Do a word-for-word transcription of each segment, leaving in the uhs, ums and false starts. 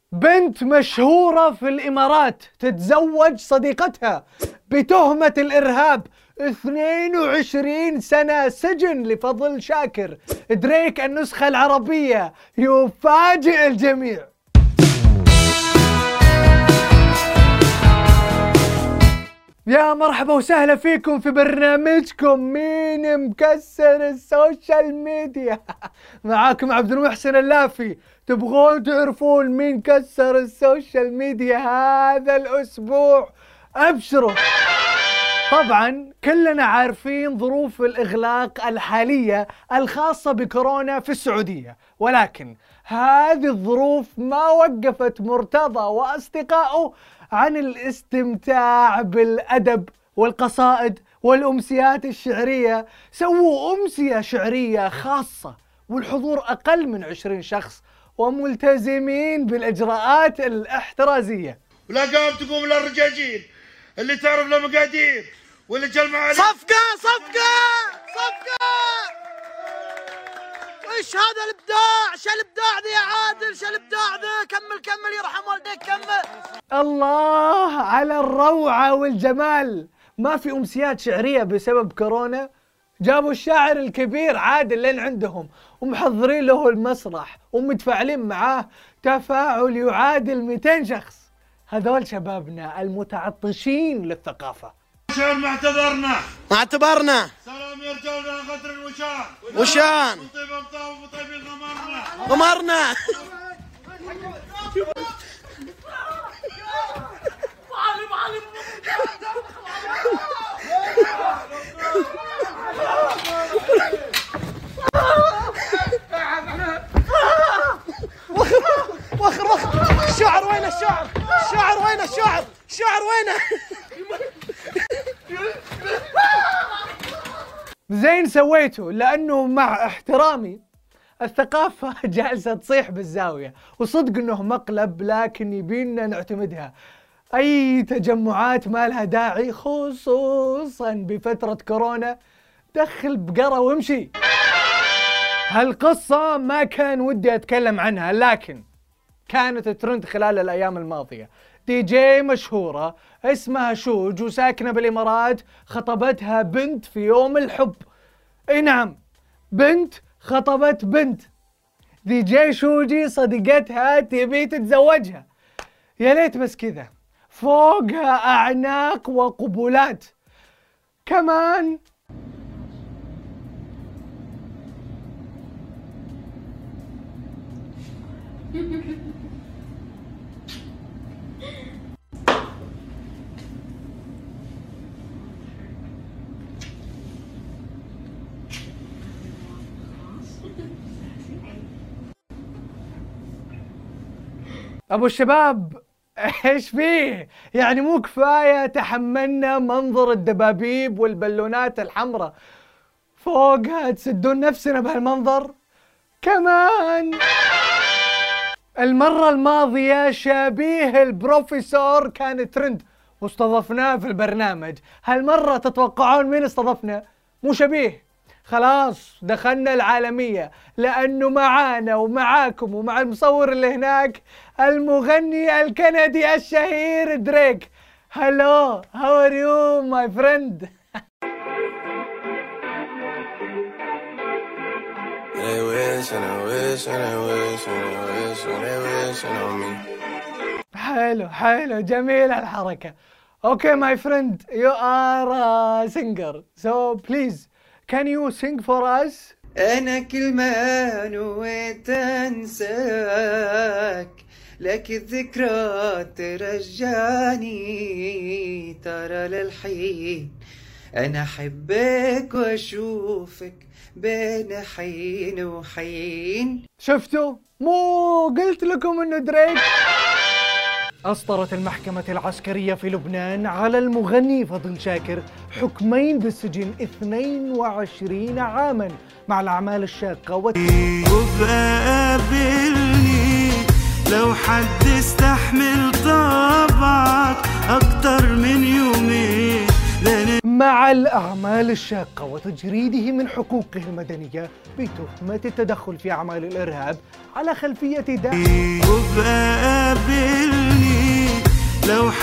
بنت مشهورة في الإمارات تتزوج صديقتها بتهمة الإرهاب، اثنين وعشرين سنة سجن لفضل شاكر. دريك النسخة العربية يفاجئ الجميع. يا مرحبا وسهلا فيكم في برنامجكم مين مكسر السوشيال ميديا. معاكم عبد المحسن اللافي. تبغون تعرفون مين كسر السوشيال ميديا هذا الأسبوع؟ أبشروا. طبعا كلنا عارفين ظروف الإغلاق الحالية الخاصة بكورونا في السعودية، ولكن هذه الظروف ما وقفت مرتضى وأصدقائه عن الاستمتاع بالأدب والقصائد والأمسيات الشعرية. سووا أمسية شعرية خاصة والحضور أقل من عشرين شخص وملتزمين بالإجراءات الاحترازية. ولا قام تقوم للرجاجيل اللي تعرف له مقادير واللي جلمع عليه صفقة صفقة صفقة. وإيش هذا الإبداع؟ شو الإبداع ذي يا عادل؟ شو الإبداع ذا؟ كمل كمل يرحم والديك كمل. الله على الروعة والجمال. ما في أمسيات شعرية بسبب كورونا. جابوا الشاعر الكبير عادل لين عندهم ومحضرين له المسرح ومتفاعلين معاه تفاعل يعادل مئتين شخص. هذول شبابنا المتعطشين للثقافة. عشان ما اعتذرنا ما اعتبرنا. سلام يا رجالنا غدر الوشان وشان وطيب الطاف وطيب غمرنا غمرنا. وخر وخر. الشعر وين الشعر؟ الشعر وين الشعر؟ الشعر وينه؟ زين سويتوا، لأنه مع احترامي الثقافة جالسة تصيح بالزاوية، وصدق انه مقلب لكن يبينا نعتمدها. اي تجمعات ما لها داعي خصوصا بفترة كورونا دخل بقرة وامشي. هالقصة ما كان ودي اتكلم عنها، لكن كانت ترند خلال الايام الماضية. دي جي مشهورة اسمها شوج وساكنة بالامارات خطبتها بنت في يوم الحب. اي نعم، بنت خطبت بنت. دي جي شوجي صديقتها تبي تتزوجها. يا ليت بس كذا، فوقها اعناق وقبولات كمان. ابو الشباب ايش فيه؟ يعني مو كفايه تحملنا منظر الدبابيب والبالونات الحمراء، فوقها تسدون نفسنا بهالمنظر كمان. المره الماضيه شبيه البروفيسور كان ترند واستضفناه في البرنامج. هالمره تتوقعون مين استضفنا؟ مو شبيه، خلاص دخلنا العالمية، لأنه معانا ومعاكم ومع المصور اللي هناك المغني الكندي الشهير دريك. هلو، how are you my friend؟ حلو حلو، جميل الحركة. Okay my friend, you are a singer, so please can you sing for us? أنا كل ما نويت أنساك لك الذكرى ترجعني، ترى للحين أنا أحبك وأشوفك بين حين وحين. شفتوا؟ مو قلت لكم إنه دريك؟ أصدرت المحكمة العسكرية في لبنان على المغني فضل شاكر حكمين بالسجن اثنين وعشرين عاما مع الأعمال الشاقة والت... وبقابلني لو حد استحمل طبعك أكتر من يومين مع الأعمال الشاقة وتجريده من حقوقه المدنية بتهمة التدخل في أعمال الإرهاب على خلفية داعش.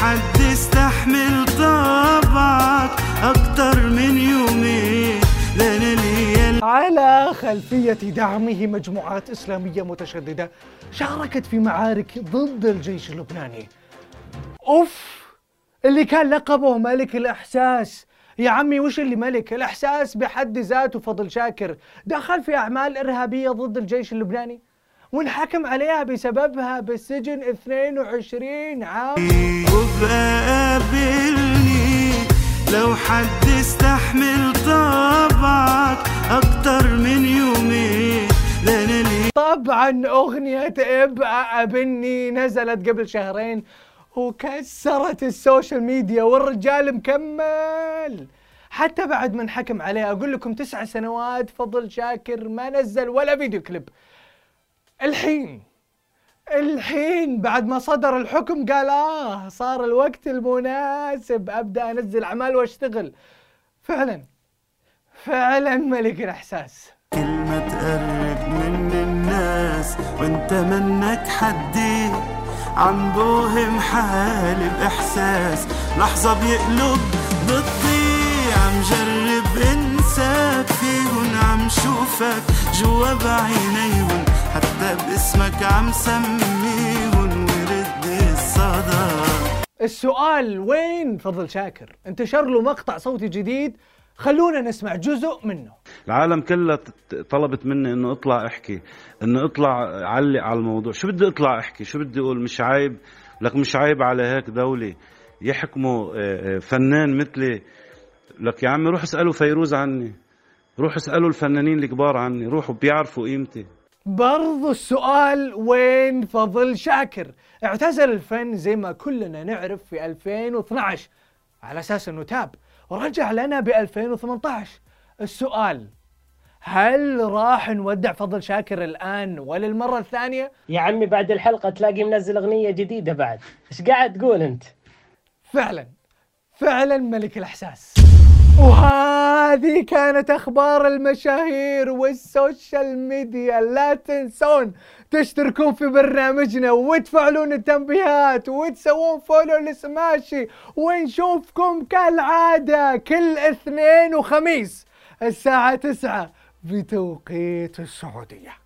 حد استحمل طبعك أكتر من يومين لأنا ليا. على خلفية دعمه مجموعات إسلامية متشددة شاركت في معارك ضد الجيش اللبناني. أوف، اللي كان لقبه ملك الإحساس. يا عمي وش اللي ملك؟ الإحساس بحد ذاته فضل شاكر دخل في أعمال إرهابية ضد الجيش اللبناني وانحكم عليها بسببها بالسجن اثنين وعشرين عام. وبقى قابلني لو حد استحمل طبعك أكتر من يومين لأنا لي. طبعا أغنية ابقى قابلني نزلت قبل شهرين وكسرت السوشيال ميديا والرجال مكمل حتى بعد ما انحكم عليه. أقول لكم تسع سنوات فضل شاكر ما نزل ولا فيديو كليب. الحين الحين بعد ما صدر الحكم قال آه صار الوقت المناسب أبدأ أنزل أعمال وأشتغل. فعلا فعلا ملك الإحساس. كلمة تقرب من الناس وانت منك حدي عم بوهم حالي بإحساس لحظة بيقلب ضدي عم جرب انساك فيهن عم شوفك جوا بعينيهن حتى باسمك عم سميهن ورد الصدى. السؤال وين فضل شاكر؟ انتشر له مقطع صوتي جديد خلونا نسمع جزء منه. العالم كلها طلبت مني انه اطلع احكي انه اطلع علق على الموضوع. شو بدي اطلع احكي؟ شو بدي اقول؟ مش عيب؟ لك مش عيب على هيك دولة يحكموا فنان مثلي؟ لك يا عمي روح اسألوا فيروز عني، روح اسألوا الفنانين الكبار عني، روحوا بيعرفوا قيمتي. برضو السؤال وين فضل شاكر؟ اعتزل الفن زي ما كلنا نعرف في ألفين واثنعش على اساس انه تاب ورجع لنا ب ألفين وثمانية عشر. السؤال هل راح نودع فضل شاكر الآن وللمرة الثانية؟ يا عمي بعد الحلقة تلاقي منزل أغنية جديدة بعد، إيش قاعد تقول أنت؟ فعلا فعلا ملك الإحساس. وهذه كانت أخبار المشاهير والسوشيال ميديا. لا تنسون تشتركون في برنامجنا وتفعلون التنبيهات وتسوون فولو لسماشي، ونشوفكم كالعادة كل اثنين وخميس الساعة تسعة بتوقيت السعودية.